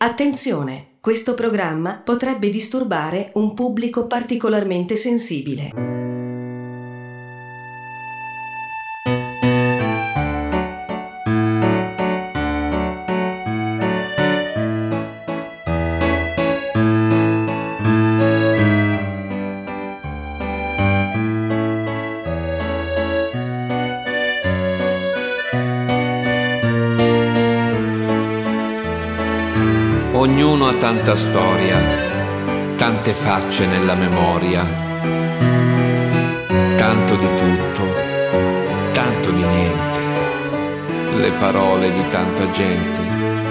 Attenzione, questo programma potrebbe disturbare un pubblico particolarmente sensibile. Ognuno ha tanta storia, tante facce nella memoria, tanto di tutto, tanto di niente, le parole di tanta gente.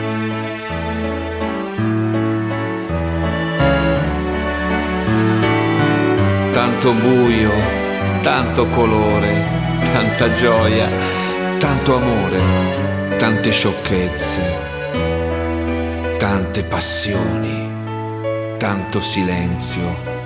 Tanto buio, tanto colore, tanta gioia, tanto amore, tante sciocchezze, tante passioni, tanto silenzio,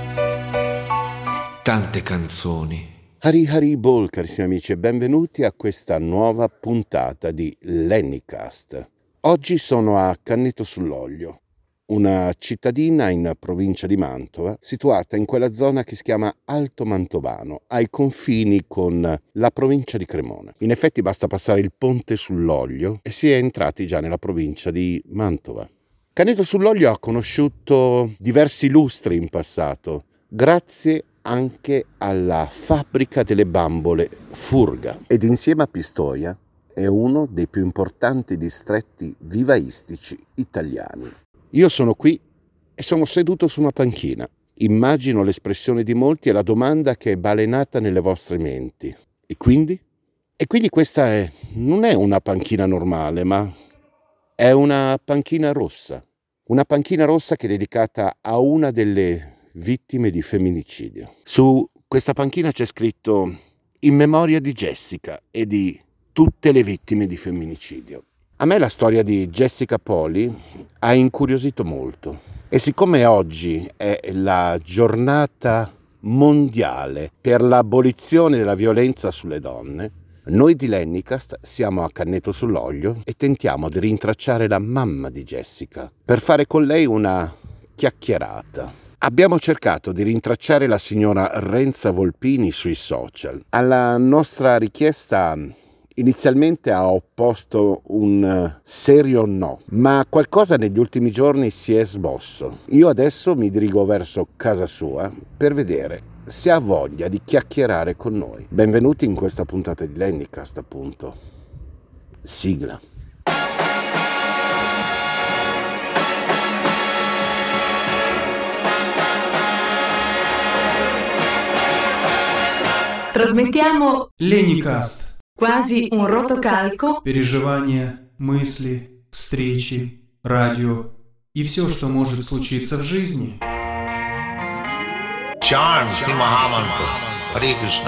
tante canzoni. Hari Hari Bol, carissimi amici, e benvenuti a questa nuova puntata di Lennycast. Oggi sono a Canneto sull'Oglio, una cittadina in provincia di Mantova, situata in quella zona che si chiama Alto Mantovano, ai confini con la provincia di Cremona. In effetti basta passare il ponte sull'Oglio e si è entrati già nella provincia di Mantova. Canneto sull'Oglio ha conosciuto diversi lustri in passato, grazie anche alla fabbrica delle bambole Furga, ed insieme a Pistoia è uno dei più importanti distretti vivaistici italiani. Io sono qui e sono seduto su una panchina. Immagino l'espressione di molti e la domanda che è balenata nelle vostre menti. E quindi? E quindi questa non è una panchina normale, ma è una panchina rossa che è dedicata a una delle vittime di femminicidio. Su questa panchina c'è scritto "In memoria di Jessica e di tutte le vittime di femminicidio". A me la storia di Jessica Poli ha incuriosito molto e siccome oggi è la giornata mondiale per l'abolizione della violenza sulle donne, noi di Lennycast siamo a Canneto sull'Oglio e tentiamo di rintracciare la mamma di Jessica per fare con lei una chiacchierata. Abbiamo cercato di rintracciare la signora Renza Volpini sui social. Alla nostra richiesta inizialmente ha opposto un serio no, ma qualcosa negli ultimi giorni si è smosso. Io adesso mi dirigo verso casa sua per vedere se ha voglia di chiacchierare con noi. Benvenuti in questa puntata di Lennycast, appunto. Sigla. Trasmettiamo Lennycast. Quasi un rotocalco. Переживания, мысли, встречи, радио и все, что может случиться в жизни. Charm Shri Mahamantra. Hare Krishna.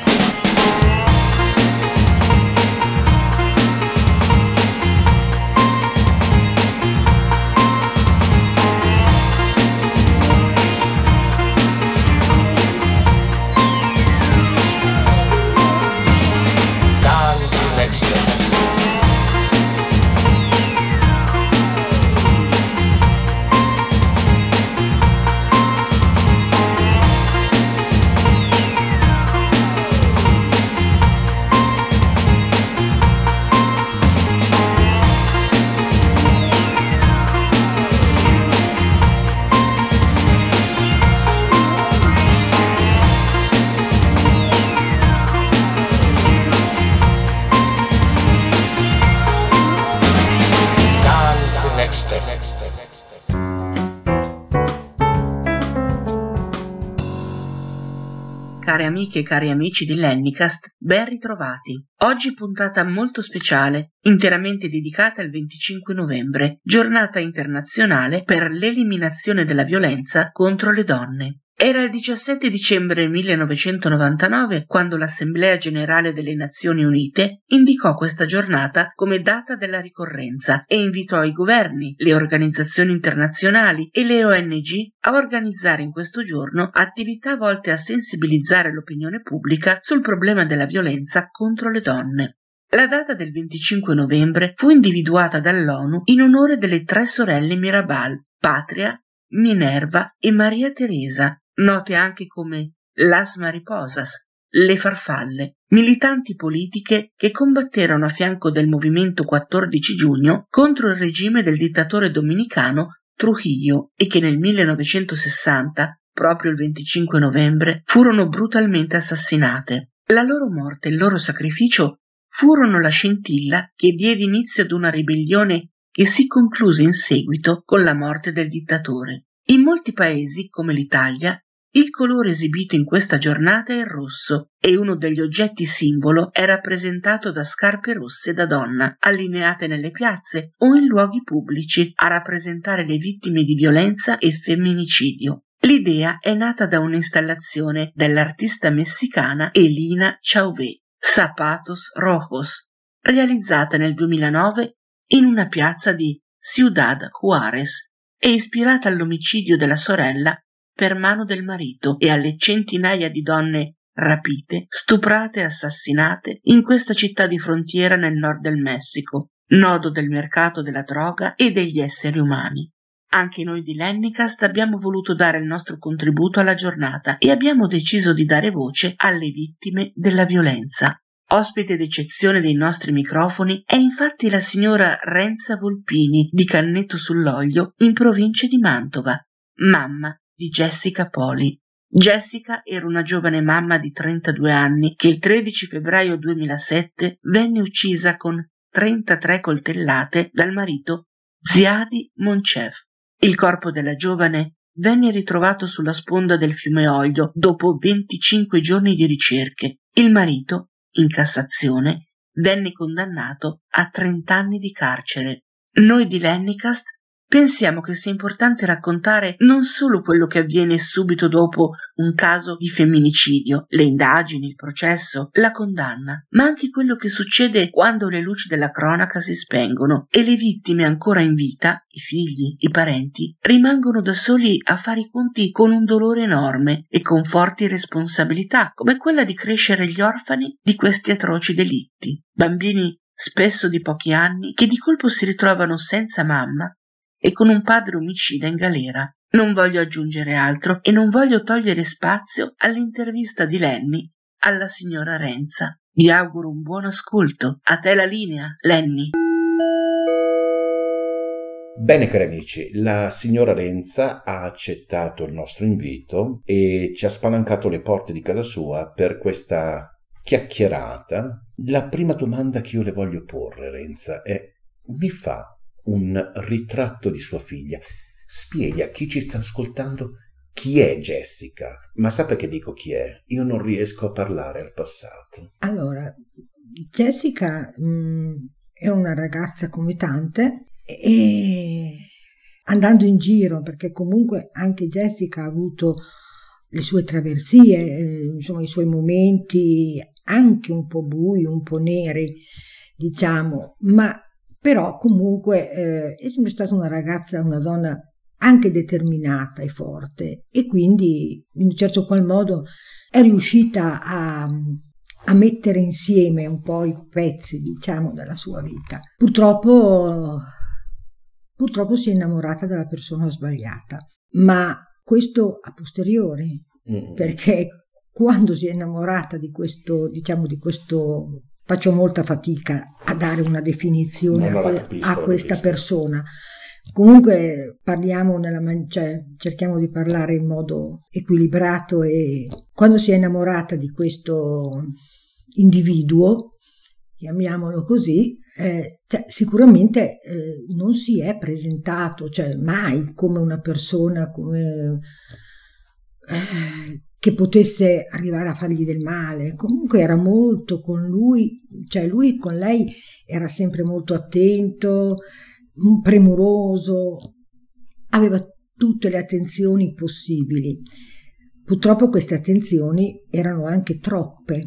Care amiche e cari amici di Lennycast, ben ritrovati. Oggi puntata molto speciale, interamente dedicata al 25 novembre, giornata internazionale per l'eliminazione della violenza contro le donne. Era il 17 dicembre 1999 quando l'Assemblea Generale delle Nazioni Unite indicò questa giornata come data della ricorrenza e invitò i governi, le organizzazioni internazionali e le ONG a organizzare in questo giorno attività volte a sensibilizzare l'opinione pubblica sul problema della violenza contro le donne. La data del 25 novembre fu individuata dall'ONU in onore delle 3 sorelle Mirabal, Patria, Minerva e Maria Teresa, note anche come Las Mariposas, le farfalle, militanti politiche che combatterono a fianco del movimento 14 giugno contro il regime del dittatore dominicano Trujillo e che nel 1960, proprio il 25 novembre, furono brutalmente assassinate. La loro morte e il loro sacrificio furono la scintilla che diede inizio ad una ribellione che si concluse in seguito con la morte del dittatore. In molti paesi, come l'Italia, il colore esibito in questa giornata è il rosso e uno degli oggetti simbolo è rappresentato da scarpe rosse da donna, allineate nelle piazze o in luoghi pubblici a rappresentare le vittime di violenza e femminicidio. L'idea è nata da un'installazione dell'artista messicana Elina Chauvet, Zapatos Rojos, realizzata nel 2009 in una piazza di Ciudad Juárez e ispirata all'omicidio della sorella per mano del marito e alle centinaia di donne rapite, stuprate e assassinate in questa città di frontiera nel nord del Messico, nodo del mercato della droga e degli esseri umani. Anche noi di Lennicast abbiamo voluto dare il nostro contributo alla giornata e abbiamo deciso di dare voce alle vittime della violenza. Ospite d'eccezione dei nostri microfoni è infatti la signora Renza Volpini di Canneto sull'Oglio in provincia di Mantova, mamma di Jessica Poli. Jessica era una giovane mamma di 32 anni che il 13 febbraio 2007 venne uccisa con 33 coltellate dal marito Ziadi Monchef. Il corpo della giovane venne ritrovato sulla sponda del fiume Oglio dopo 25 giorni di ricerche. Il marito, in Cassazione, venne condannato a 30 anni di carcere. Noi di Lennicast pensiamo che sia importante raccontare non solo quello che avviene subito dopo un caso di femminicidio, le indagini, il processo, la condanna, ma anche quello che succede quando le luci della cronaca si spengono e le vittime ancora in vita, i figli, i parenti, rimangono da soli a fare i conti con un dolore enorme e con forti responsabilità, come quella di crescere gli orfani di questi atroci delitti. Bambini spesso di pochi anni che di colpo si ritrovano senza mamma e con un padre omicida in galera. Non voglio aggiungere altro e non voglio togliere spazio all'intervista di Lenny alla signora Renza. Vi auguro un buon ascolto. A te la linea, Lenny. Bene cari amici, la signora Renza ha accettato il nostro invito e ci ha spalancato le porte di casa sua per questa chiacchierata. La prima domanda che io le voglio porre, Renza, è: mi fa un ritratto di sua figlia? Spieghi a chi ci sta ascoltando chi è Jessica. Ma sa perché dico chi è? Io non riesco a parlare al passato. Allora, Jessica era una ragazza come tante e andando in giro, perché comunque anche Jessica ha avuto le sue traversie, insomma i suoi momenti anche un po' bui, un po' neri, diciamo, ma però comunque è sempre stata una ragazza, una donna anche determinata e forte, e quindi in un certo qual modo è riuscita a mettere insieme un po' i pezzi, diciamo, della sua vita. Purtroppo si è innamorata della persona sbagliata, ma questo a posteriori, perché quando si è innamorata di questo, diciamo, di questo, faccio molta fatica a dare una definizione a questa persona. Comunque parliamo cerchiamo di parlare in modo equilibrato, e quando si è innamorata di questo individuo, chiamiamolo così, sicuramente non si è presentato, mai come una persona che potesse arrivare a fargli del male. Comunque era molto con lui, lui con lei era sempre molto attento, premuroso, aveva tutte le attenzioni possibili. Purtroppo queste attenzioni erano anche troppe.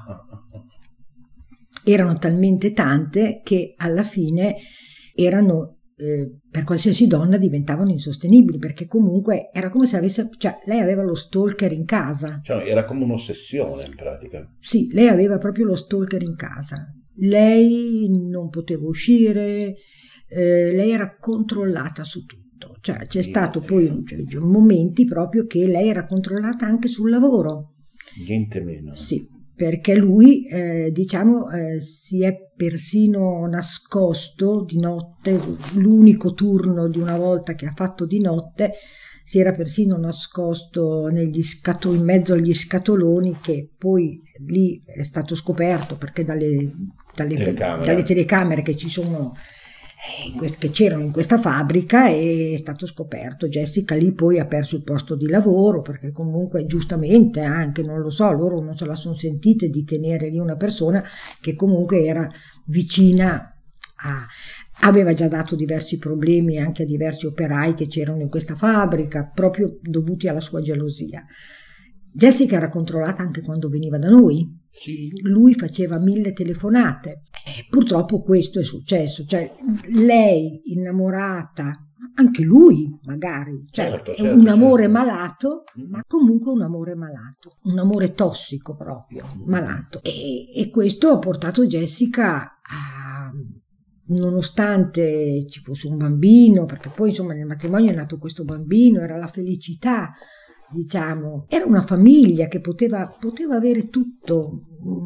Erano talmente tante che alla fine erano, per qualsiasi donna, diventavano insostenibili, perché comunque era come se lei aveva lo stalker in casa. Era come un'ossessione in pratica. Sì, lei aveva proprio lo stalker in casa. lei non poteva uscire, lei era controllata su tutto, cioè c'è stato poi momenti proprio che lei era controllata anche sul lavoro. Niente meno. Sì, perché lui si è persino nascosto di notte, l'unico turno di una volta che ha fatto di notte, si era persino nascosto in mezzo agli scatoloni, che poi lì è stato scoperto perché dalle telecamere che ci sono, che c'erano in questa fabbrica, è stato scoperto. Jessica lì poi ha perso il posto di lavoro, perché comunque giustamente anche, non lo so, loro non se la sono sentite di tenere lì una persona che comunque era vicina aveva già dato diversi problemi anche a diversi operai che c'erano in questa fabbrica, proprio dovuti alla sua gelosia. Jessica era controllata anche quando veniva da noi. Sì. Lui faceva 1000 telefonate. Purtroppo questo è successo, cioè lei innamorata, anche lui magari, cioè certo, un amore malato, ma comunque un amore malato, un amore tossico proprio, malato. E questo ha portato Jessica a, nonostante ci fosse un bambino, perché poi insomma nel matrimonio è nato questo bambino, era la felicità, diciamo, era una famiglia che poteva avere tutto,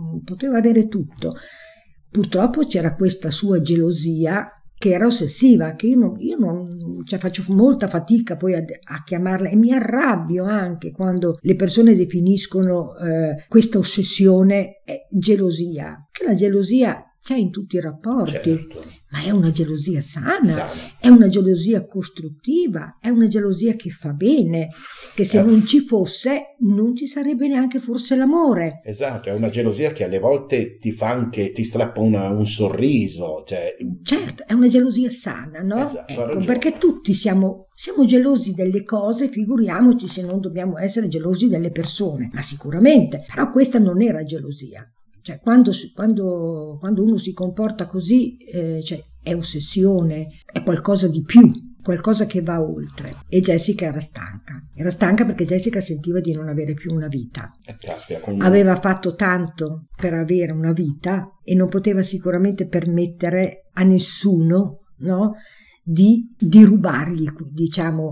Purtroppo c'era questa sua gelosia che era ossessiva, che io non cioè faccio molta fatica poi a chiamarla, e mi arrabbio anche quando le persone definiscono questa ossessione gelosia, che la gelosia c'è in tutti i rapporti, certo. Ma è una gelosia sana, è una gelosia costruttiva, è una gelosia che fa bene, che se non ci fosse non ci sarebbe neanche forse l'amore. Esatto, è una gelosia che alle volte ti fa anche, ti strappa un sorriso. Cioè... Certo, è una gelosia sana, no? Esatto, ecco, perché tutti siamo gelosi delle cose, figuriamoci se non dobbiamo essere gelosi delle persone, ma sicuramente, però questa non era gelosia. Cioè, quando uno si comporta così, cioè, è ossessione, è qualcosa di più, qualcosa che va oltre. E Jessica era stanca perché Jessica sentiva di non avere più una vita. Aveva fatto tanto per avere una vita e non poteva sicuramente permettere a nessuno, no, di rubargli, diciamo,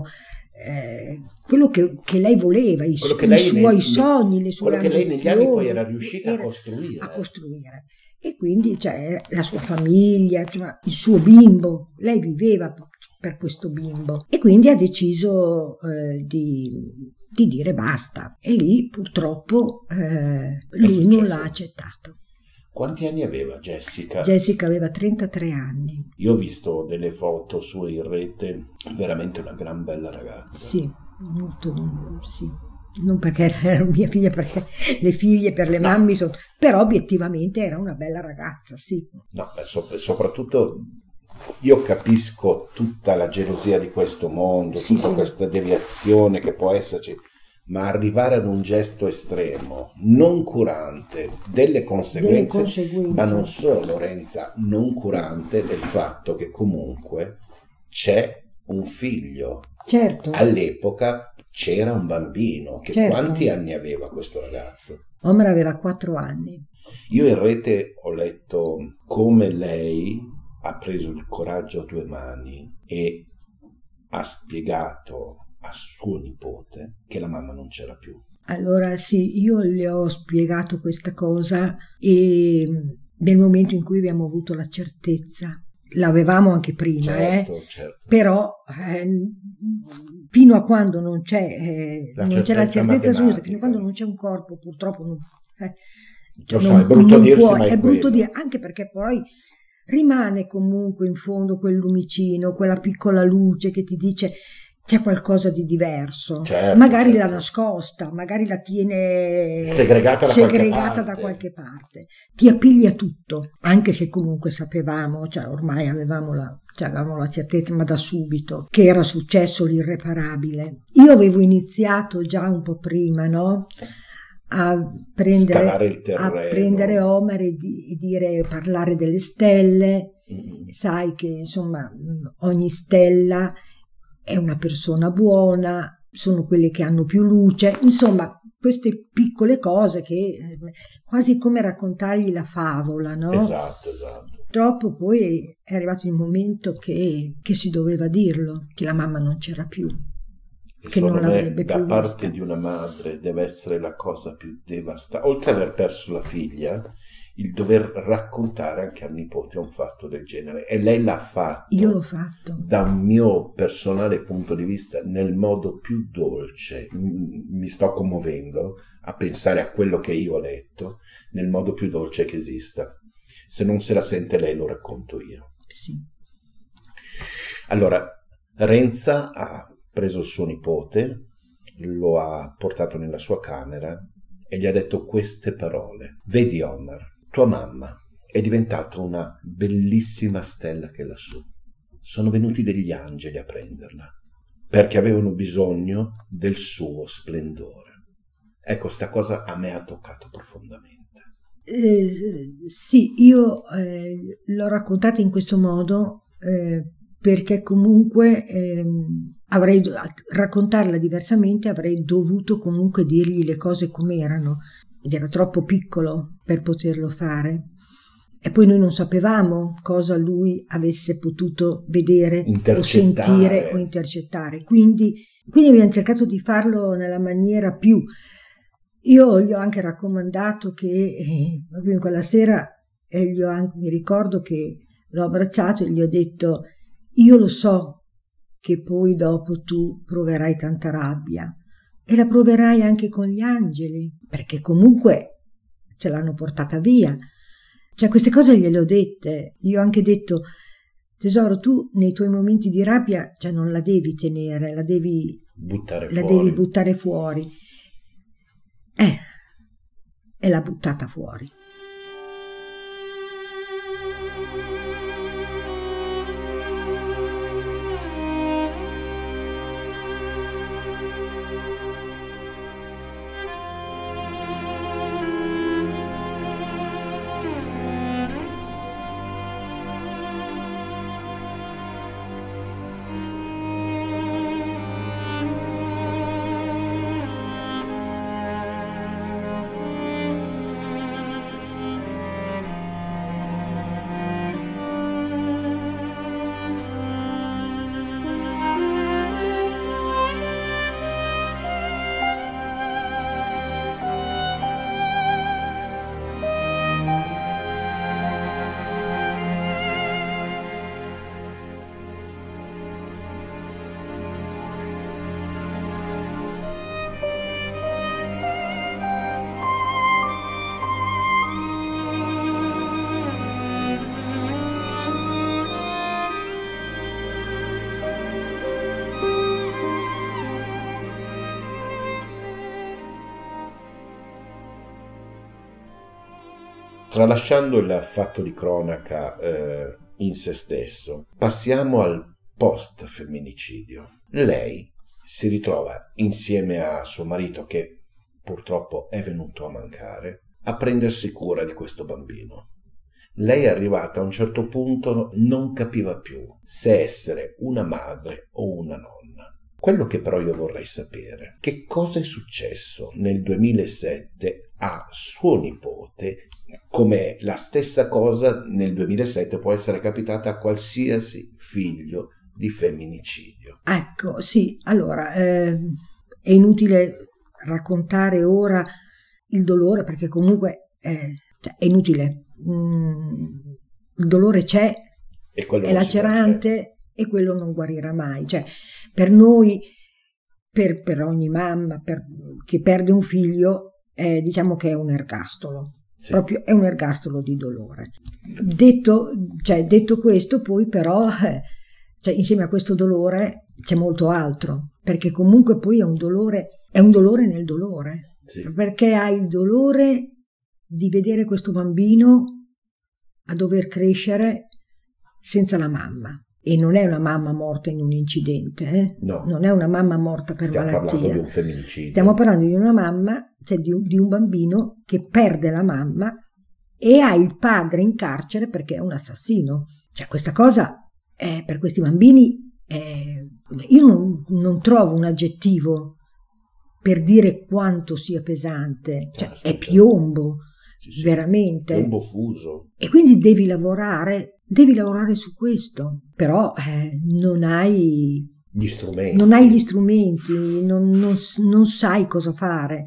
quello che lei voleva, i suoi sogni, le sue ambizioni, che lei negli anni poi era riuscita a costruire. E quindi cioè, la sua famiglia, il suo bimbo, lei viveva per questo bimbo, e quindi ha deciso di dire basta, e lì purtroppo lui non l'ha accettato. Quanti anni aveva Jessica? Jessica aveva 33 anni. Io ho visto delle foto sue in rete, veramente una gran bella ragazza. Sì, molto, sì. Non perché era mia figlia, perché le figlie per le mamme sono... Però obiettivamente era una bella ragazza, sì. No, soprattutto io capisco tutta la gelosia di questo mondo, tutta questa deviazione che può esserci, ma arrivare ad un gesto estremo, non curante delle conseguenze, ma non solo, Lorenza, non curante del fatto che comunque c'è un figlio. Certo. All'epoca c'era un bambino. Quanti anni aveva questo ragazzo? Omer aveva 4 anni. Io in rete ho letto come lei ha preso il coraggio a 2 mani e ha spiegato a suo nipote che la mamma non c'era più. Allora sì, io le ho spiegato questa cosa, e nel momento in cui abbiamo avuto la certezza, l'avevamo anche prima, certo. Però fino a quando non c'è la certezza assoluta, fino a quando non c'è un corpo, purtroppo non, lo so, è brutto dirsi, ma è brutto dire, anche perché poi rimane comunque in fondo quel lumicino, quella piccola luce che ti dice c'è qualcosa di diverso, magari l'ha nascosta, magari la tiene segregata da qualche parte, ti appiglia tutto, anche se comunque sapevamo, cioè ormai avevamo la certezza, ma da subito, che era successo l'irreparabile. Io avevo iniziato già un po' prima, no? A prendere Omer e parlare delle stelle, sai che insomma ogni stella è una persona buona, sono quelle che hanno più luce, insomma queste piccole cose che quasi come raccontargli la favola, no? Esatto. Purtroppo poi è arrivato il momento che si doveva dirlo, che la mamma non c'era più, che non l'avrebbe più da parte vista. di una madre deve essere la cosa più devastante, oltre ad aver perso la figlia, il dover raccontare anche al nipote un fatto del genere, e lei l'ha fatto. Io l'ho fatto. Da un mio personale punto di vista nel modo più dolce. Mi sto commuovendo a pensare a quello che io ho letto, nel modo più dolce che esista. Se non se la sente lei, lo racconto io. Sì. Allora, Renza ha preso il suo nipote, lo ha portato nella sua camera e gli ha detto queste parole: vedi Omar, tua mamma è diventata una bellissima stella che è lassù. Sono venuti degli angeli a prenderla perché avevano bisogno del suo splendore. Ecco, sta cosa a me ha toccato profondamente. Sì, io l'ho raccontata in questo modo perché comunque raccontarla diversamente avrei dovuto comunque dirgli le cose come erano, ed era troppo piccolo per poterlo fare. E poi noi non sapevamo cosa lui avesse potuto vedere o sentire o intercettare. Quindi abbiamo cercato di farlo nella maniera più... Io gli ho anche raccomandato che proprio in quella sera mi ricordo che l'ho abbracciato e gli ho detto: io lo so che poi dopo tu proverai tanta rabbia e la proverai anche con gli angeli, perché comunque ce l'hanno portata via. Cioè, queste cose gliele ho dette. Gli ho anche detto: tesoro, tu nei tuoi momenti di rabbia, cioè, non la devi tenere, la devi buttare fuori. E l'ha buttata fuori. Tralasciando il fatto di cronaca in se stesso, passiamo al post-femminicidio. Lei si ritrova insieme a suo marito, che purtroppo è venuto a mancare, a prendersi cura di questo bambino. Lei è arrivata a un certo punto, non capiva più se essere una madre o una nonna. Quello che però io vorrei sapere, che cosa è successo nel 2007 a suo nipote, come la stessa cosa nel 2007 può essere capitata a qualsiasi figlio di femminicidio. Ecco, sì, allora è inutile raccontare ora il dolore, perché comunque è inutile. Il dolore c'è, è lacerante e quello non guarirà mai. Cioè, per noi, per ogni mamma che perde un figlio, diciamo che è un ergastolo. Sì. Proprio è un ergastolo di dolore. Detto questo, poi però insieme a questo dolore c'è molto altro, perché comunque poi è un dolore nel dolore. Sì. Perché hai il dolore di vedere questo bambino a dover crescere senza la mamma. E non è una mamma morta in un incidente, No. Non è una mamma morta per malattia. Stiamo parlando di un femminicidio. Stiamo parlando di una mamma, cioè di un bambino che perde la mamma e ha il padre in carcere perché è un assassino. Cioè, questa cosa per questi bambini io non trovo un aggettivo per dire quanto sia pesante, cioè è piombo, veramente. Piombo fuso. E quindi devi lavorare su questo, però non hai gli strumenti, non sai cosa fare.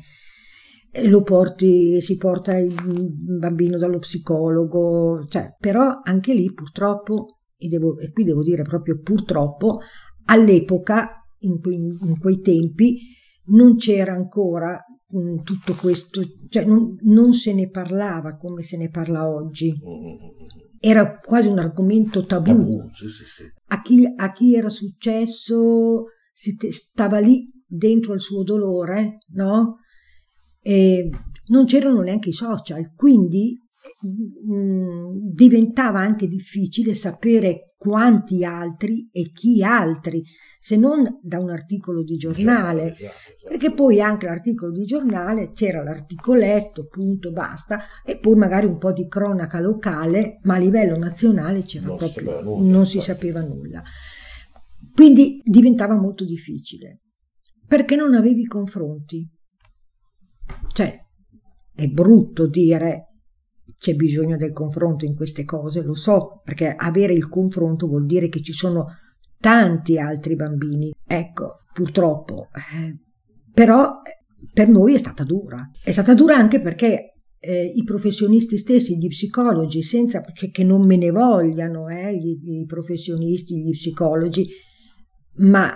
Si porta il bambino dallo psicologo, cioè, però anche lì purtroppo, e qui devo dire proprio purtroppo, all'epoca, in quei tempi, non c'era ancora tutto questo, cioè non se ne parlava come se ne parla oggi. Era quasi un argomento tabù. Sì. A chi era successo stava lì dentro il suo dolore, no? E non c'erano neanche i social, quindi diventava anche difficile sapere quanti altri e chi altri, se non da un articolo di giornale. Esatto. Perché poi anche l'articolo di giornale c'era l'articoletto, punto, basta, e poi magari un po' di cronaca locale, ma a livello nazionale non si sapeva nulla. Quindi diventava molto difficile, perché non avevi confronti. Cioè, è brutto dire c'è bisogno del confronto in queste cose, lo so, perché avere il confronto vuol dire che ci sono tanti altri bambini. Ecco, purtroppo. Però per noi è stata dura. È stata dura anche perché i professionisti stessi, gli psicologi, senza che non me ne vogliano i professionisti, gli psicologi, ma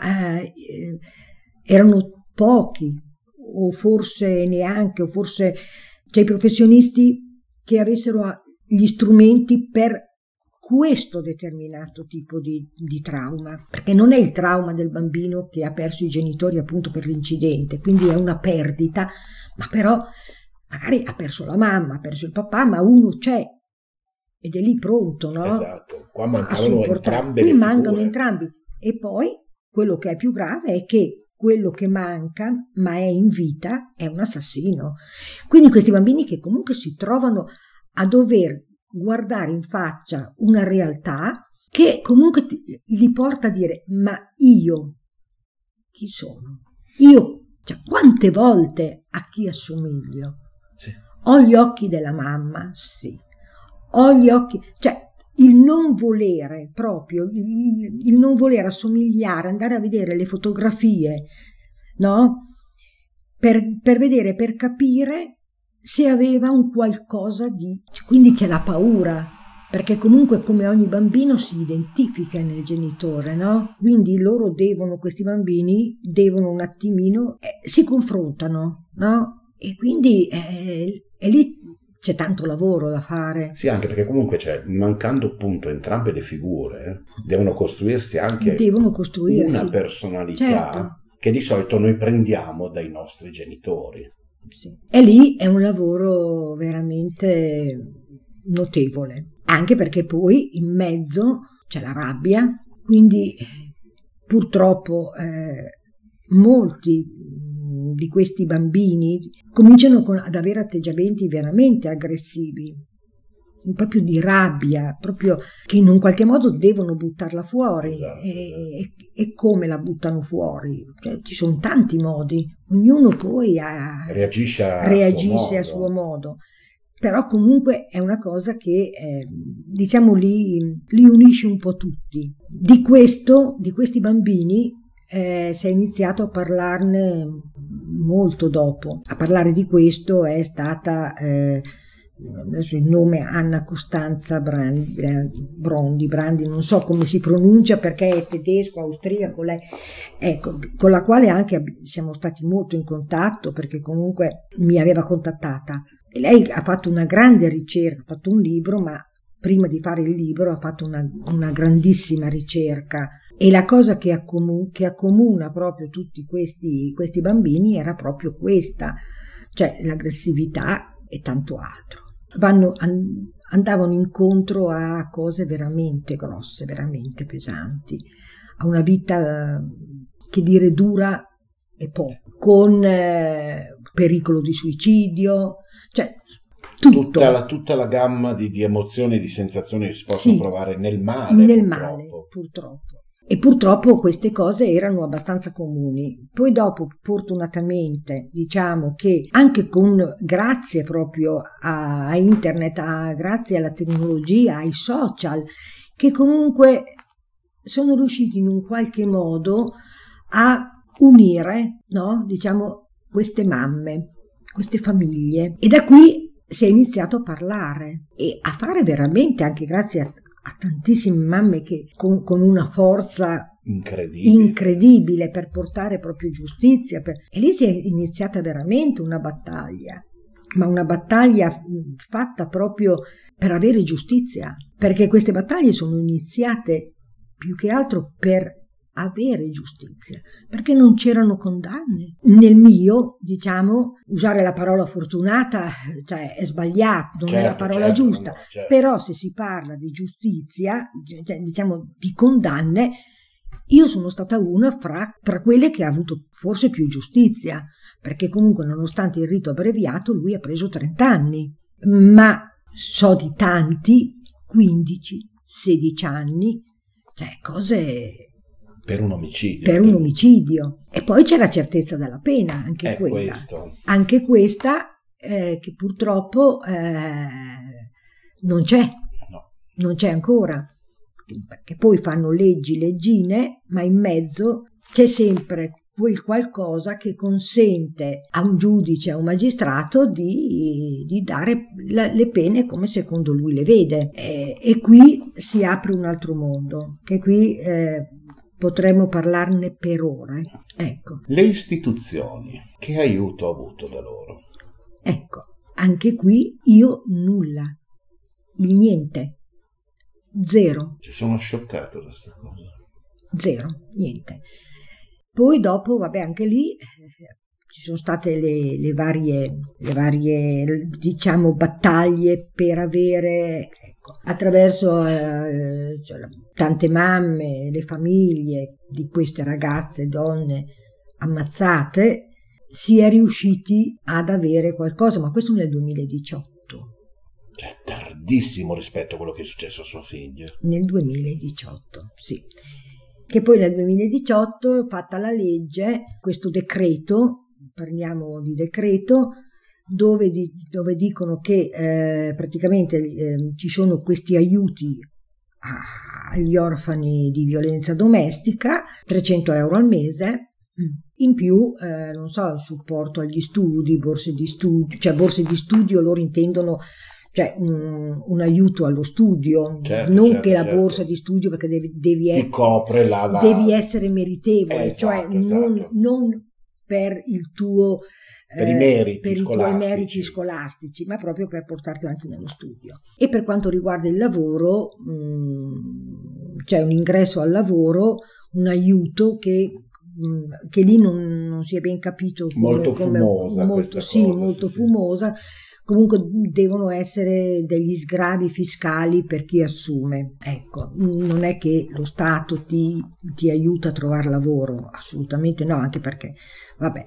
erano pochi, o forse neanche, o forse i professionisti che avessero gli strumenti per questo determinato tipo di trauma, perché non è il trauma del bambino che ha perso i genitori appunto per l'incidente, quindi è una perdita, ma però magari ha perso la mamma, ha perso il papà, ma uno c'è ed è lì pronto, no? Esatto, qua mancavano entrambe le figure. Mancano entrambi. E poi quello che è più grave è che quello che manca, ma è in vita, è un assassino. Quindi questi bambini che comunque si trovano a dover guardare in faccia una realtà che comunque li porta a dire: ma io chi sono? Io, cioè, quante volte a chi assomiglio? Sì. Ho gli occhi della mamma, sì. Ho gli occhi, cioè il non volere proprio, il non voler assomigliare, andare a vedere le fotografie, no? Per vedere, per capire se aveva un qualcosa di... Quindi c'è la paura, perché comunque come ogni bambino si identifica nel genitore, no? Quindi questi bambini devono un attimino, si confrontano, no? E quindi è lì c'è tanto lavoro da fare. Sì, anche perché comunque mancando appunto entrambe le figure, devono costruirsi anche una personalità, certo, che di solito noi prendiamo dai nostri genitori. Sì. E lì è un lavoro veramente notevole, anche perché poi in mezzo c'è la rabbia, quindi purtroppo molti di questi bambini cominciano ad avere atteggiamenti veramente aggressivi, proprio di rabbia, proprio che in un qualche modo devono buttarla fuori. Esatto. E come la buttano fuori? Cioè, ci sono tanti modi, ognuno poi reagisce a suo modo. Però comunque è una cosa che diciamo li unisce un po' tutti. Di questi bambini si è iniziato a parlarne molto dopo. A parlare di questo è stata adesso il nome Anna Costanza Brandi, non so come si pronuncia perché è tedesco, austriaco, lei, ecco, con la quale anche siamo stati molto in contatto, perché comunque mi aveva contattata. E lei ha fatto una grande ricerca, ha fatto un libro, ma prima di fare il libro ha fatto una grandissima ricerca. E la cosa che accomuna proprio tutti questi bambini era proprio questa, cioè l'aggressività e tanto altro. Andavano incontro a cose veramente grosse, veramente pesanti, a una vita che dire dura e poco, con pericolo di suicidio, cioè tutto. Tutta la gamma di emozioni e di sensazioni che si possono provare nel male, purtroppo. E purtroppo queste cose erano abbastanza comuni. Poi dopo, fortunatamente, diciamo che anche grazie proprio a internet, grazie alla tecnologia, ai social, che comunque sono riusciti in un qualche modo a unire, no? Diciamo, queste mamme, queste famiglie. E da qui si è iniziato a parlare e a fare veramente, anche grazie a tantissime mamme che con una forza incredibile per portare proprio giustizia. E lì si è iniziata veramente una battaglia, ma una battaglia fatta proprio per avere giustizia, perché queste battaglie sono iniziate più che altro per avere giustizia, perché non c'erano condanne. Nel mio, diciamo, usare la parola fortunata, cioè è sbagliato, non è la parola giusta, no, certo. Però se si parla di giustizia, cioè, diciamo di condanne, io sono stata una fra quelle che ha avuto forse più giustizia, perché comunque nonostante il rito abbreviato lui ha preso 30 anni, ma so di tanti 15, 16 anni, cioè cose... Per un omicidio. Per un omicidio. E poi c'è la certezza della pena, anche quella. Questo. Anche questa che purtroppo non c'è. No. Non c'è ancora. Perché poi fanno leggine, ma in mezzo c'è sempre quel qualcosa che consente a un giudice, a un magistrato di dare le pene come secondo lui le vede. E qui si apre un altro mondo, che qui... potremmo parlarne per ore. Ecco. Le istituzioni, che aiuto ho avuto da loro? Ecco, anche qui io nulla, il niente, zero. Ci sono scioccato da questa cosa. Zero, niente. Poi dopo, vabbè, anche lì ci sono state le varie, diciamo, battaglie per avere... attraverso tante mamme, le famiglie di queste ragazze, donne ammazzate, si è riusciti ad avere qualcosa, ma questo nel 2018. Cioè tardissimo rispetto a quello che è successo a suo figlio. Nel 2018, sì. Che poi nel 2018, fatta la legge, questo decreto, parliamo di decreto, dove dicono che praticamente ci sono questi aiuti agli orfani di violenza domestica, 300 euro al mese, in più non so, il supporto agli studi, borse di studio loro intendono, cioè un aiuto allo studio, non che la borsa di studio, perché devi copre devi essere meritevole, cioè esatto. non per il tuo per i meriti per scolastici. I tuoi meriti scolastici, ma proprio per portarti avanti nello studio. E per quanto riguarda il lavoro, c'è un ingresso al lavoro, un aiuto che lì non si è ben capito molto fumosa, molto fumosa. Comunque devono essere degli sgravi fiscali per chi assume. Ecco, non è che lo Stato ti aiuta a trovare lavoro, assolutamente no, anche perché, vabbè,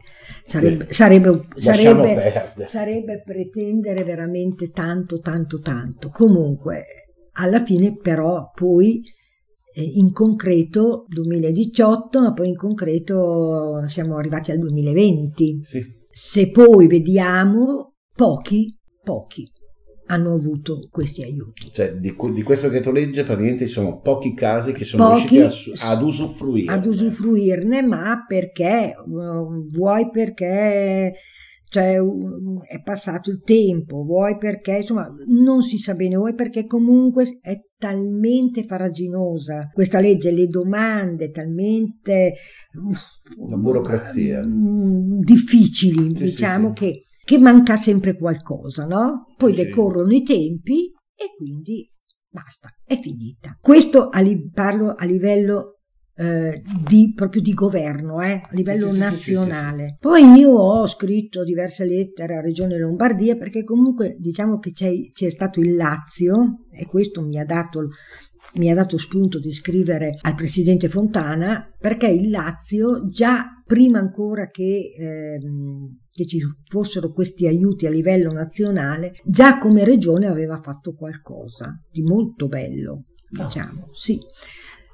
sarebbe pretendere veramente tanto. Comunque, alla fine però poi in concreto 2018, ma poi in concreto siamo arrivati al 2020. Sì. Se poi vediamo, pochi hanno avuto questi aiuti. Cioè di questo decreto-legge praticamente ci sono pochi casi che sono riusciti ad usufruirne. Ma perché? Vuoi perché cioè, è passato il tempo, vuoi perché insomma non si sa bene, vuoi perché comunque è talmente farraginosa questa legge, le domande talmente la burocrazia difficili, diciamo sì. Che manca sempre qualcosa, no? Poi decorrono i tempi e quindi basta, è finita. Questo parlo a livello proprio di governo, a livello nazionale. Sì. Poi io ho scritto diverse lettere a Regione Lombardia, perché comunque diciamo che c'è stato il Lazio, e questo mi ha dato spunto di scrivere al presidente Fontana, perché il Lazio già prima ancora che ci fossero questi aiuti a livello nazionale, già come regione aveva fatto qualcosa di molto bello, diciamo, sì.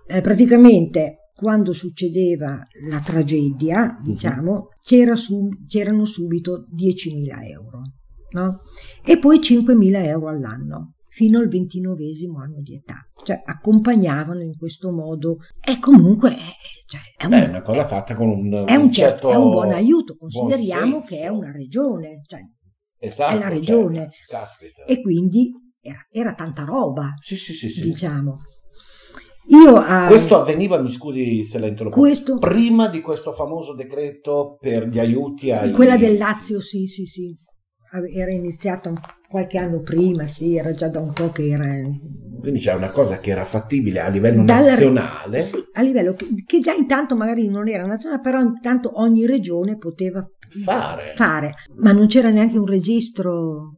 praticamente quando succedeva la tragedia, diciamo, c'erano subito 10.000 euro, no? E poi 5.000 euro all'anno, fino al 29° anno di età. Cioè accompagnavano in questo modo, e comunque è una cosa fatta con un certo è un buon aiuto, consideriamo buon senso. Che è una regione, cioè Esatto, è la regione, caspita. e quindi era tanta roba, Sì. diciamo. Questo avveniva, mi scusi se la interrompo, prima di questo famoso decreto per gli aiuti ai... Quella del Lazio, sì. Era iniziato qualche anno prima, sì, era già da un po' che era... Quindi c'è una cosa che era fattibile a livello nazionale. Sì, a livello che già intanto magari non era nazionale, però intanto ogni regione poteva fare. Ma non c'era neanche un registro,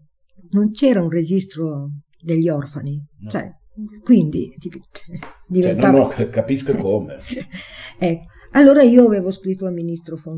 degli orfani, no. Cioè, quindi diventava... capisco come. Ecco. Allora io avevo scritto al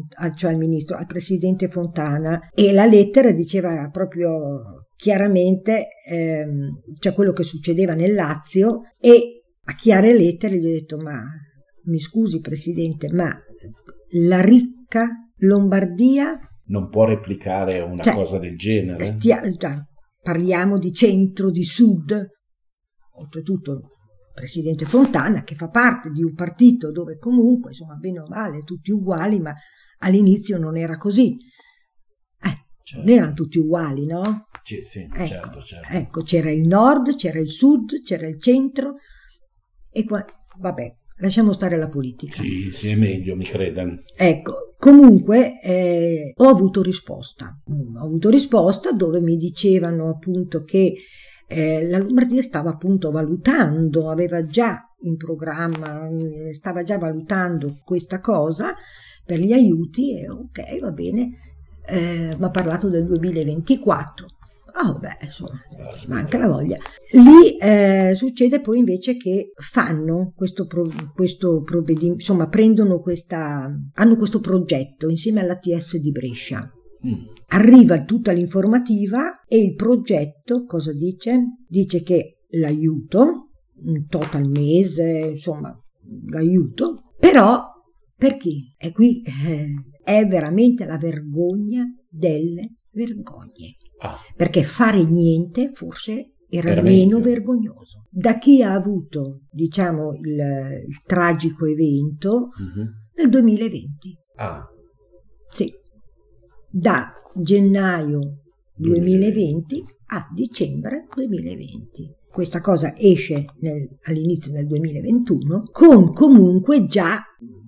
presidente Fontana, e la lettera diceva proprio chiaramente cioè quello che succedeva nel Lazio, e a chiare lettere gli ho detto: ma mi scusi presidente, ma la ricca Lombardia non può replicare una cosa del genere? Parliamo di centro, di sud, oltretutto presidente Fontana, che fa parte di un partito dove comunque, insomma, bene o male, tutti uguali, ma all'inizio non era così. Certo. Non erano tutti uguali, no? Sì, ecco, certo. Ecco, c'era il nord, c'era il sud, c'era il centro, e vabbè, lasciamo stare la politica. Sì, è meglio, mi creda. Ecco, comunque ho avuto risposta dove mi dicevano appunto che la Lombardia stava appunto valutando, aveva già in programma, stava già valutando questa cosa per gli aiuti, e ok, va bene, mi ha parlato del 2024. Insomma, manca la voglia. Lì succede poi invece che fanno questo provvedimento, insomma, hanno questo progetto insieme all'ATS di Brescia. Arriva tutta l'informativa, e il progetto cosa dice? Dice che l'aiuto, un tot al mese, insomma, l'aiuto, però per chi? E qui è veramente la vergogna delle vergogne, perché fare niente forse era meno vergognoso. Da chi ha avuto, diciamo, il tragico evento nel 2020. Sì. Da gennaio 2020 a dicembre 2020. Questa cosa esce all'inizio del 2021, con comunque già,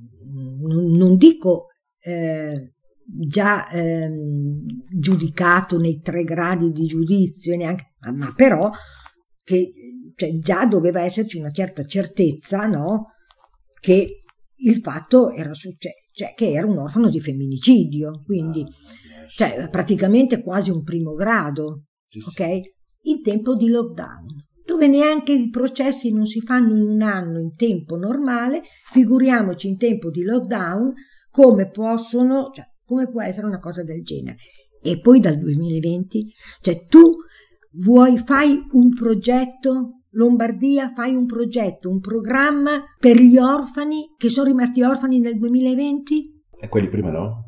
non dico già giudicato nei 3 gradi di giudizio, neanche, ma però che già doveva esserci una certa certezza, no? Che il fatto era successo, che era un orfano di femminicidio, quindi praticamente quasi un primo grado, ok? In tempo di lockdown, dove neanche i processi non si fanno in un anno in tempo normale, figuriamoci in tempo di lockdown come può essere una cosa del genere. E poi dal 2020, tu fai un progetto, Lombardia, fai un progetto, un programma per gli orfani che sono rimasti orfani nel 2020? E quelli prima no?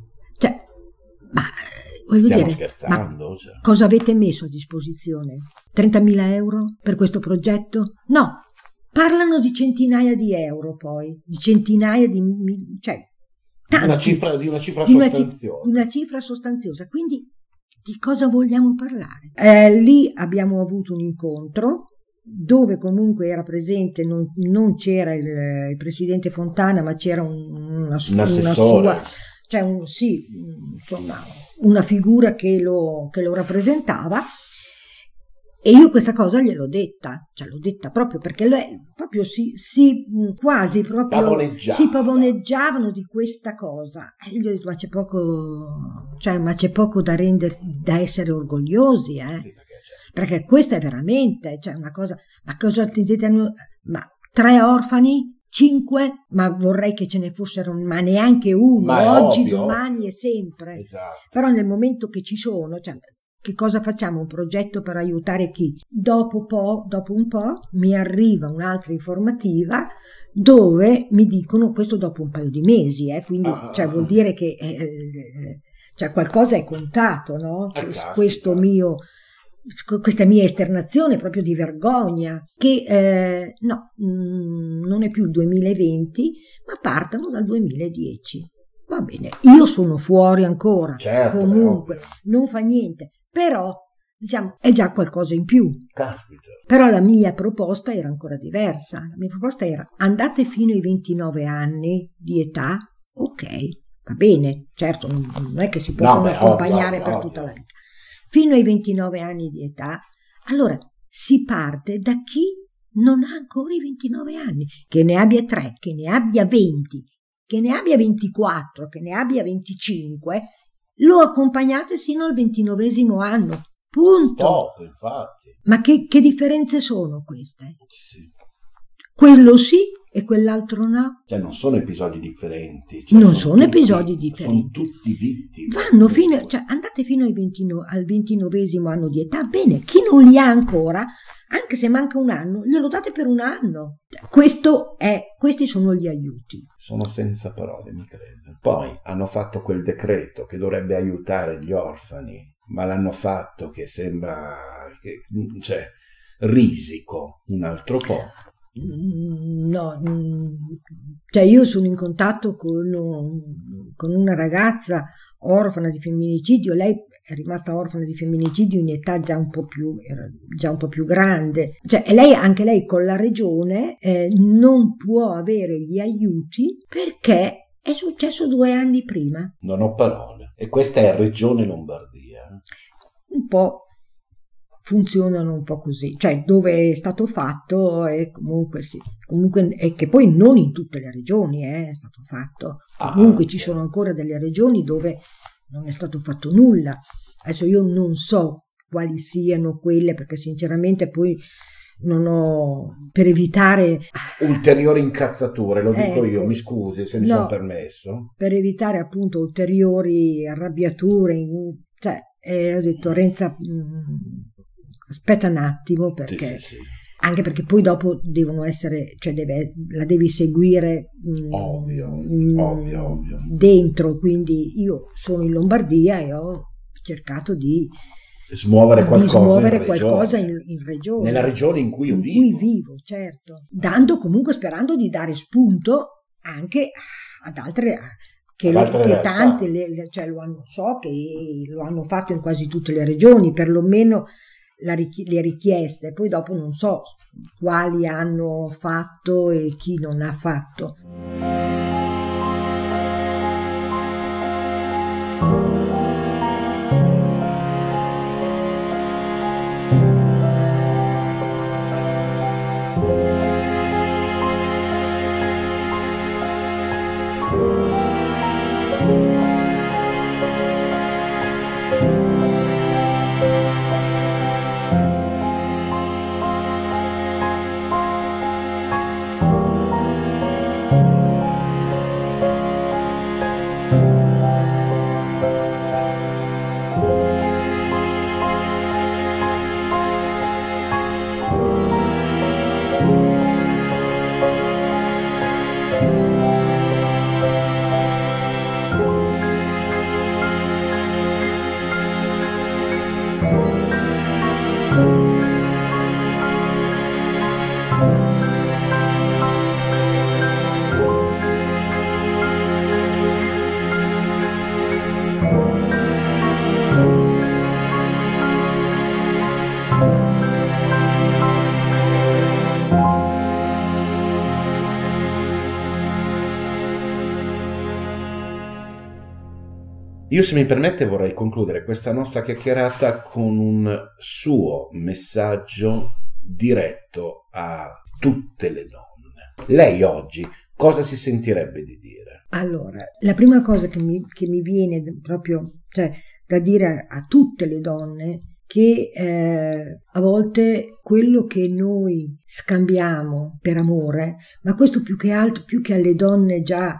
Stiamo scherzando? Ma cosa avete messo a disposizione? 30.000 euro per questo progetto? No, parlano di centinaia di euro, poi, di centinaia di... tanti, di una cifra sostanziosa. Una cifra sostanziosa, quindi di cosa vogliamo parlare? Lì abbiamo avuto un incontro dove comunque era presente, non c'era il presidente Fontana, ma c'era un assessore, una figura che lo rappresentava, e io questa cosa gliel'ho detta, l'ho detta proprio perché lei proprio si pavoneggiavano di questa cosa, e io ho detto: ma c'è poco da essere orgogliosi, Sì, perché questa è veramente una cosa. Ma cosa ti dite? Ma 3 orfani? 5? Ma vorrei che ce ne fossero, ma neanche uno, oggi, domani e sempre. Esatto. Però nel momento che ci sono, che cosa facciamo? Un progetto per aiutare chi? Dopo un po' mi arriva un'altra informativa dove mi dicono, questo dopo un paio di mesi, quindi cioè, vuol dire che cioè, qualcosa è contato, no? Questa mia esternazione proprio di vergogna, che no, non è più il 2020, ma partono dal 2010. Va bene, io sono fuori ancora, certo, comunque non fa niente, però diciamo è già qualcosa in più. Caspita. Però la mia proposta era ancora diversa. La mia proposta era: andate fino ai 29 anni di età, ok, va bene, certo, non è che si possono accompagnare per tutta la vita. Fino ai 29 anni di età, allora si parte da chi non ha ancora i 29 anni, che ne abbia 3, che ne abbia 20, che ne abbia 24, che ne abbia 25, lo accompagnate sino al 29esimo anno. Punto. Stop, infatti. Ma che differenze sono queste? Sì. Quello sì e quell'altro no. Cioè non sono episodi differenti. Cioè non sono episodi differenti. Sono tutti vittime. Vanno cioè andate fino al 29esimo anno di età. Bene, chi non li ha ancora, anche se manca un anno, glielo date per un anno. Questi sono gli aiuti. Sono senza parole, mi credo. Poi hanno fatto quel decreto che dovrebbe aiutare gli orfani, ma l'hanno fatto che sembra cioè risico un altro po'. No, cioè io sono in contatto con una ragazza orfana di femminicidio. Lei è rimasta orfana di femminicidio in età già un po' più grande, cioè anche lei con la regione non può avere gli aiuti perché è successo 2 anni prima. Non ho parole. E questa è Regione Lombardia. Un po' funzionano un po' così, cioè dove è stato fatto e comunque sì, comunque è che poi non in tutte le regioni è stato fatto, comunque ci sono ancora delle regioni dove non è stato fatto nulla. Adesso io non so quali siano quelle, perché sinceramente poi non ho, per evitare ulteriori incazzature, lo dico io, mi scusi se mi sono permesso, per evitare appunto ulteriori arrabbiature, cioè ho detto Renza, aspetta un attimo, perché sì. Anche perché poi dopo devono essere, cioè la devi seguire ovvio. Dentro, quindi io sono in Lombardia e ho cercato di smuovere qualcosa in regione, nella regione in cui io vivo, certo, sperando di dare spunto anche ad altre che tanti cioè che lo hanno fatto in quasi tutte le regioni, perlomeno le richieste, poi dopo non so quali hanno fatto e chi non ha fatto. Io, se mi permette, vorrei concludere questa nostra chiacchierata con un suo messaggio diretto a tutte le donne. Lei oggi cosa si sentirebbe di dire? Allora, la prima cosa che mi viene proprio, cioè, da dire a tutte le donne, che a volte quello che noi scambiamo per amore, ma questo più che altro, più che alle donne già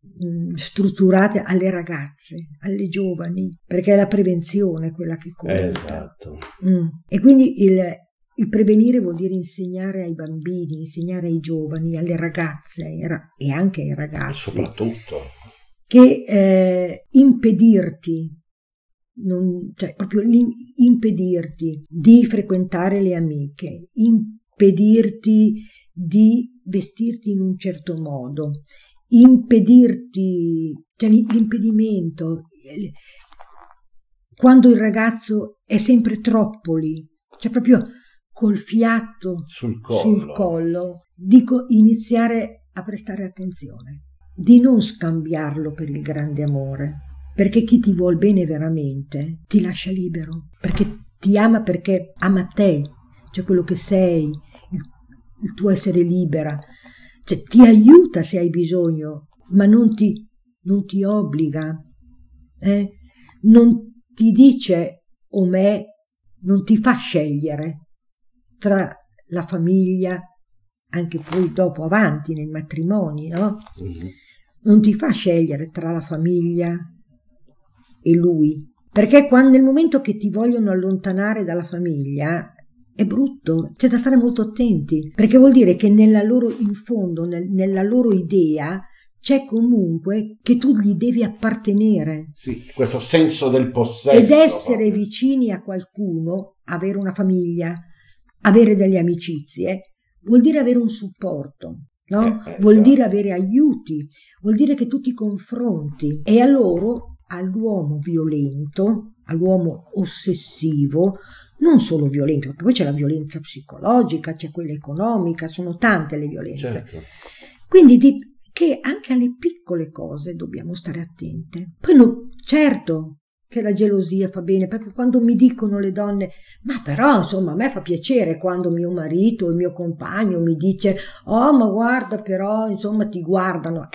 strutturate alle ragazze, alle giovani, perché è la prevenzione quella che conta. Esatto. E quindi il prevenire vuol dire insegnare ai bambini, insegnare ai giovani, alle ragazze e anche ai ragazzi. Soprattutto. Che impedirti, cioè proprio impedirti di frequentare le amiche, impedirti di vestirti in un certo modo, impedirti, cioè l'impedimento, quando il ragazzo è sempre troppo lì, cioè proprio col fiato sul collo, dico iniziare a prestare attenzione, di non scambiarlo per il grande amore, perché chi ti vuol bene veramente ti lascia libero, perché ti ama, perché ama te, cioè quello che sei, il tuo essere libera, cioè ti aiuta se hai bisogno, ma non ti obbliga, non ti dice o me, non ti fa scegliere tra la famiglia, anche poi dopo avanti nei matrimoni, no? Non ti fa scegliere tra la famiglia e lui, perché nel momento che ti vogliono allontanare dalla famiglia è brutto, c'è da stare molto attenti, perché vuol dire che nella loro, in fondo, nella loro idea c'è comunque che tu gli devi appartenere. Sì, questo senso del possesso. Ed essere vicini a qualcuno, avere una famiglia, avere delle amicizie, vuol dire avere un supporto, no? Vuol dire avere aiuti, vuol dire che tu ti confronti. E all'uomo violento, all'uomo ossessivo, non solo violento, perché poi c'è la violenza psicologica, c'è quella economica, sono tante le violenze. Certo. Quindi che anche alle piccole cose dobbiamo stare attente. Poi certo che la gelosia fa bene, perché quando mi dicono le donne, ma però insomma a me fa piacere quando mio marito o il mio compagno mi dice oh ma guarda però insomma ti guardano,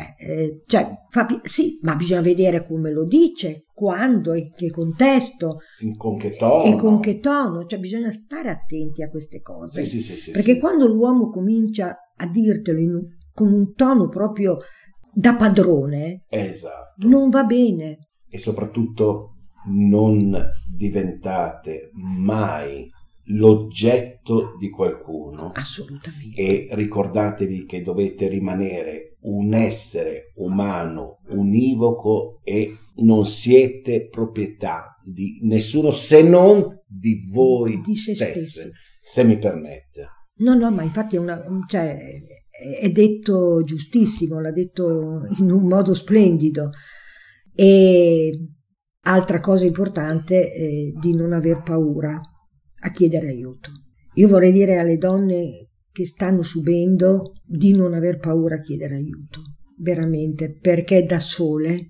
sì, ma bisogna vedere come lo dice, quando e che contesto, con che tono, cioè bisogna stare attenti a queste cose, sì, perché quando l'uomo comincia a dirtelo con un tono proprio da padrone, esatto, non va bene. E soprattutto non diventate mai l'oggetto di qualcuno. Assolutamente. E ricordatevi che dovete rimanere un essere umano univoco e non siete proprietà di nessuno se non di voi di se stesse, stessi. Se mi permette. No, ma infatti è detto giustissimo, l'ha detto in un modo splendido. E altra cosa importante è di non aver paura a chiedere aiuto. Io vorrei dire alle donne che stanno subendo di non aver paura a chiedere aiuto, veramente, perché da sole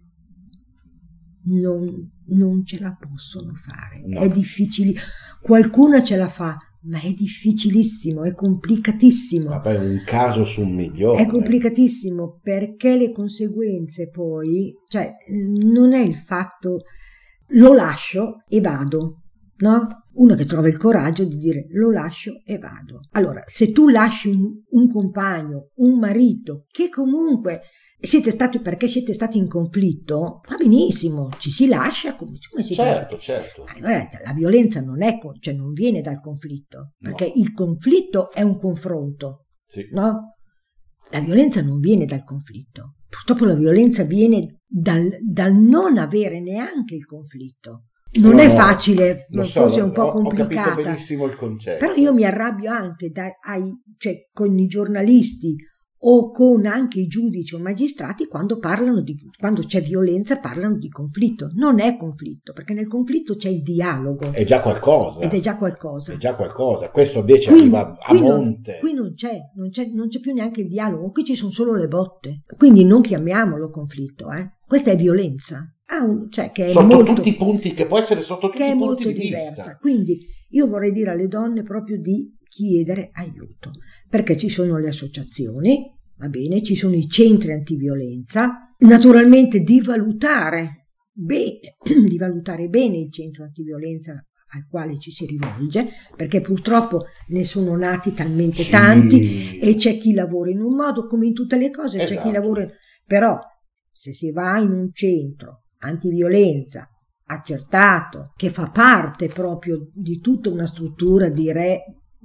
non ce la possono fare. No. È difficile, qualcuna ce la fa, ma è difficilissimo, è complicatissimo. Vabbè, un caso su 1.000.000. È complicatissimo, perché le conseguenze poi, cioè non è il fatto lo lascio e vado, no? Uno che trova il coraggio di dire lo lascio e vado. Allora, se tu lasci un compagno, un marito, che comunque siete stati in conflitto, va benissimo, ci si lascia come si certo. Ma guardate, la violenza non viene dal conflitto, perché no. Il conflitto è un confronto, sì. No? La violenza non viene dal conflitto, purtroppo la violenza viene dal non avere neanche il conflitto. Non è facile, forse è un po' complicata. Ho capito benissimo il concetto. Però io mi arrabbio anche con i giornalisti o con anche i giudici o magistrati quando c'è violenza parlano di conflitto. Non è conflitto, perché nel conflitto c'è il dialogo. È già qualcosa. Ed è già qualcosa. Questo invece arriva a monte. Qui non c'è più neanche il dialogo, qui ci sono solo le botte. Quindi non chiamiamolo conflitto, Questa è violenza. Che è tutti i punti, che può essere sotto tutti i punti di vista. Quindi io vorrei dire alle donne proprio di chiedere aiuto, perché ci sono le associazioni, va bene, ci sono i centri antiviolenza, naturalmente di valutare bene il centro antiviolenza al quale ci si rivolge, perché purtroppo ne sono nati talmente tanti e c'è chi lavora in un modo, come in tutte le cose, esatto. C'è chi lavora, però se si va in un centro antiviolenza accertato, che fa parte proprio di tutta una struttura dire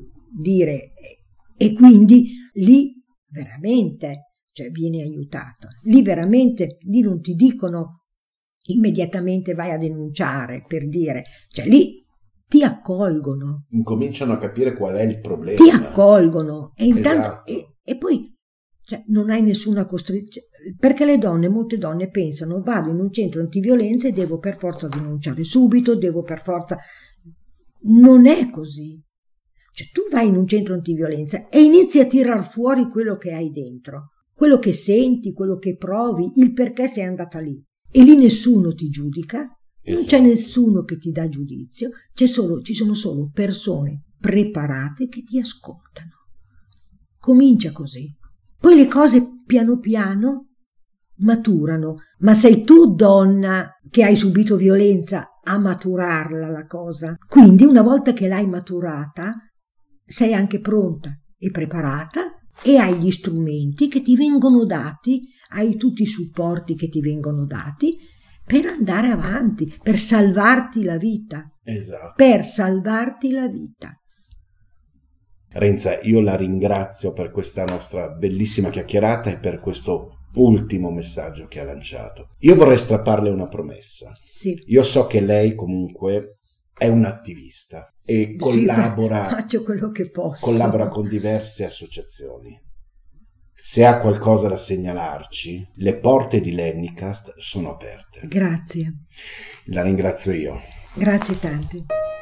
e quindi lì veramente, cioè, vieni aiutato. Lì veramente, lì non ti dicono immediatamente vai a denunciare, per dire, cioè lì ti accolgono. Incominciano a capire qual è il problema. Ti accolgono e intanto Esatto. e poi cioè, non hai nessuna costrizione, perché molte donne pensano vado in un centro antiviolenza e devo per forza denunciare subito, devo per forza. Non è così. Cioè tu vai in un centro antiviolenza e inizi a tirar fuori quello che hai dentro, quello che senti, quello che provi, il perché sei andata lì. E lì nessuno ti giudica, non c'è nessuno che ti dà giudizio, ci sono solo persone preparate che ti ascoltano. Comincia così. Poi le cose piano piano maturano, ma sei tu, donna, che hai subito violenza, a maturarla la cosa. Quindi una volta che l'hai maturata, sei anche pronta e preparata e hai gli strumenti che ti vengono dati, hai tutti i supporti che ti vengono dati per andare avanti, per salvarti la vita. Esatto. Per salvarti la vita. Renza, io la ringrazio per questa nostra bellissima chiacchierata e per questo ultimo messaggio che ha lanciato. Io vorrei strapparle una promessa. Sì. Io so che lei comunque è un'attivista e collabora, faccio quello che posso. Collabora con diverse associazioni. Se ha qualcosa da segnalarci, le porte di Lennicast sono aperte. Grazie. La ringrazio io. Grazie tante.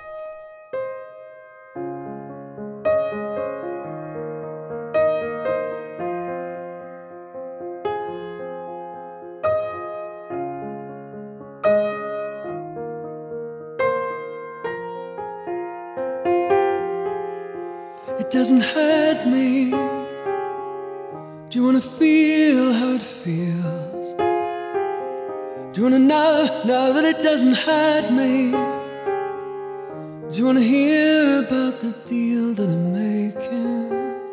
It doesn't hurt me. Do you wanna feel how it feels? Do you wanna know that it doesn't hurt me? Do you wanna hear about the deal that I'm making?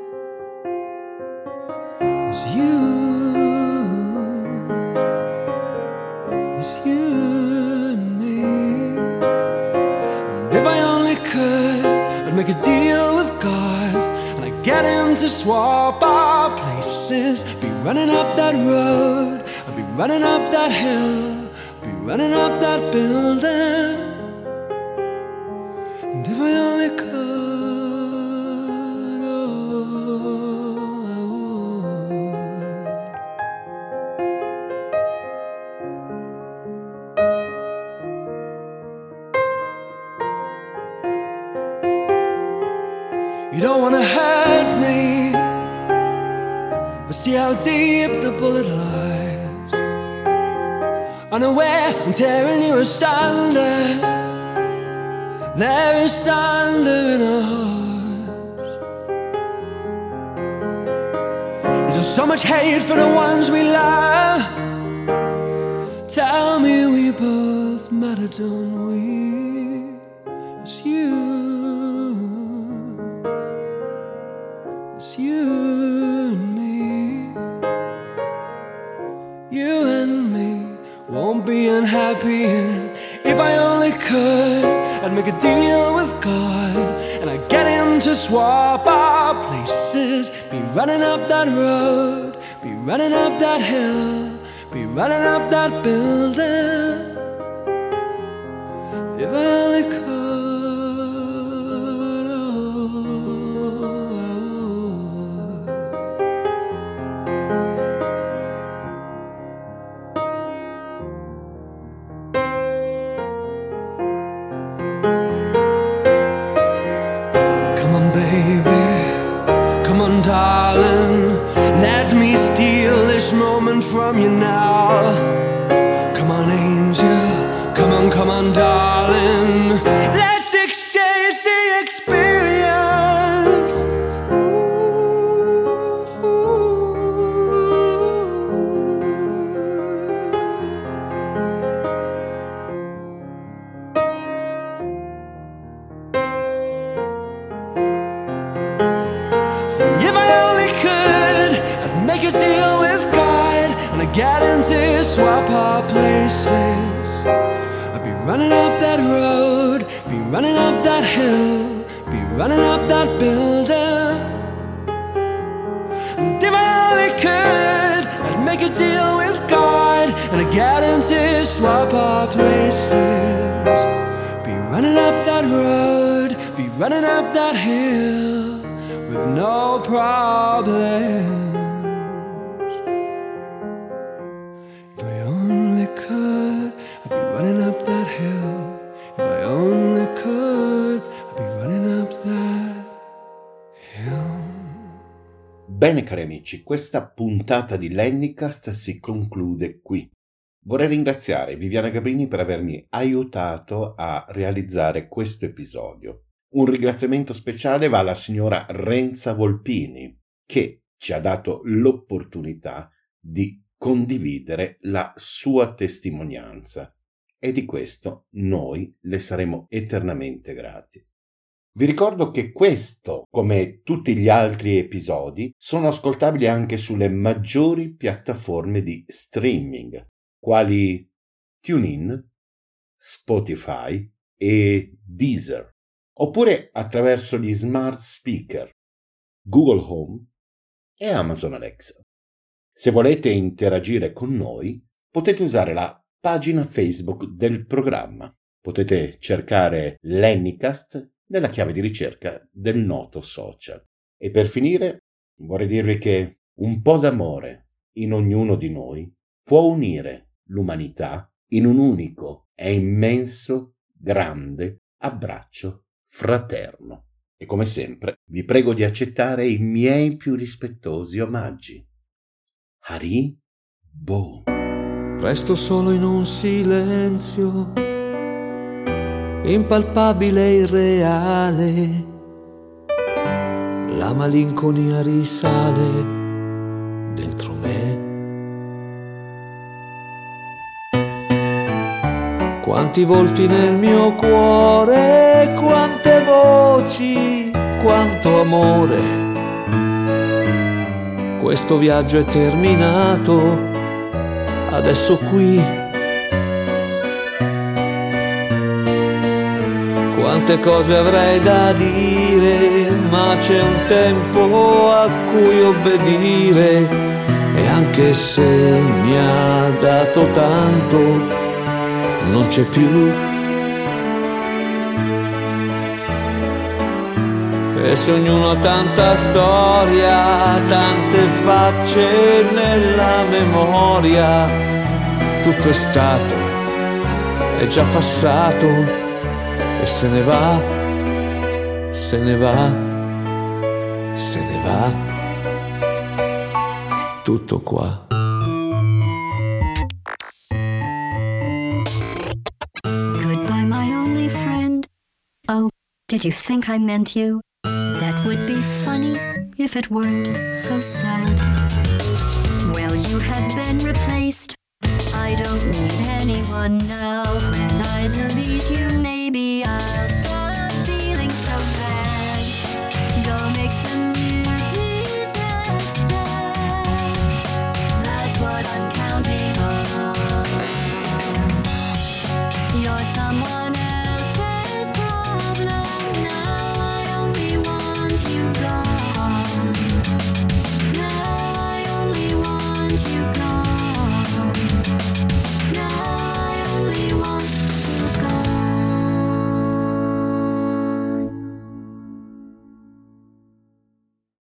It's you and me. And if I only could, I'd make a deal with God, and I'd get him to swap our places. Be running up that road, I'd be running up that hill, I'd be running up that building. And if I only could, I would. You don't wanna hurt me, but see how deep the bullet lies. Unaware I'm tearing you asunder. There is thunder in our hearts. Is there so much hate for the ones we love? Tell me we both matter, don't we? It's you. It's you and me. You and me won't be unhappy. If I only could, I'd make a deal with God, and I'd get him to swap our places. Be running up that road, be running up that hill, be running up that building. If I only could, darling, let me steal this moment from you now. Come on, angel, come on, darling. Let's exchange the experience. If I only could, I'd make a deal with God, and I'd get him to swap our places. I'd be running up that road, be running up that hill, be running up that building. And if I only could, I'd make a deal with God and I'd guarantee swap our places. Be running up that road, be running up that hill with no problems. If I only could, I'd be running up that hill. If I only could, I'd be running up that hill. Bene cari amici, questa puntata di Lennicast si conclude qui. Vorrei ringraziare Viviana Gabrini per avermi aiutato a realizzare questo episodio. Un ringraziamento speciale va alla signora Renza Volpini, che ci ha dato l'opportunità di condividere la sua testimonianza e di questo noi le saremo eternamente grati. Vi ricordo che questo, come tutti gli altri episodi, sono ascoltabili anche sulle maggiori piattaforme di streaming, quali TuneIn, Spotify e Deezer, oppure attraverso gli smart speaker, Google Home e Amazon Alexa. Se volete interagire con noi, potete usare la pagina Facebook del programma. Potete cercare Lennicast nella chiave di ricerca del noto social. E per finire, vorrei dirvi che un po' d'amore in ognuno di noi può unire l'umanità in un unico e immenso, grande abbraccio fraterno. E come sempre, vi prego di accettare i miei più rispettosi omaggi. Hari Bo. Resto solo in un silenzio impalpabile e irreale, la malinconia risale dentro me. Quanti volti nel mio cuore, quante voci, quanto amore. Questo viaggio è terminato, adesso qui. Quante cose avrei da dire, ma c'è un tempo a cui obbedire. E anche se mi ha dato tanto, non c'è più. E se ognuno ha tanta storia, tante facce nella memoria, tutto è stato, è già passato. E se ne va, se ne va, se ne va, tutto qua. Goodbye, my only friend. Oh, did you think I meant you? That would be funny if it weren't so sad. Well, you have been replaced. I don't need anyone now. When I delete you, maybe I'll stop.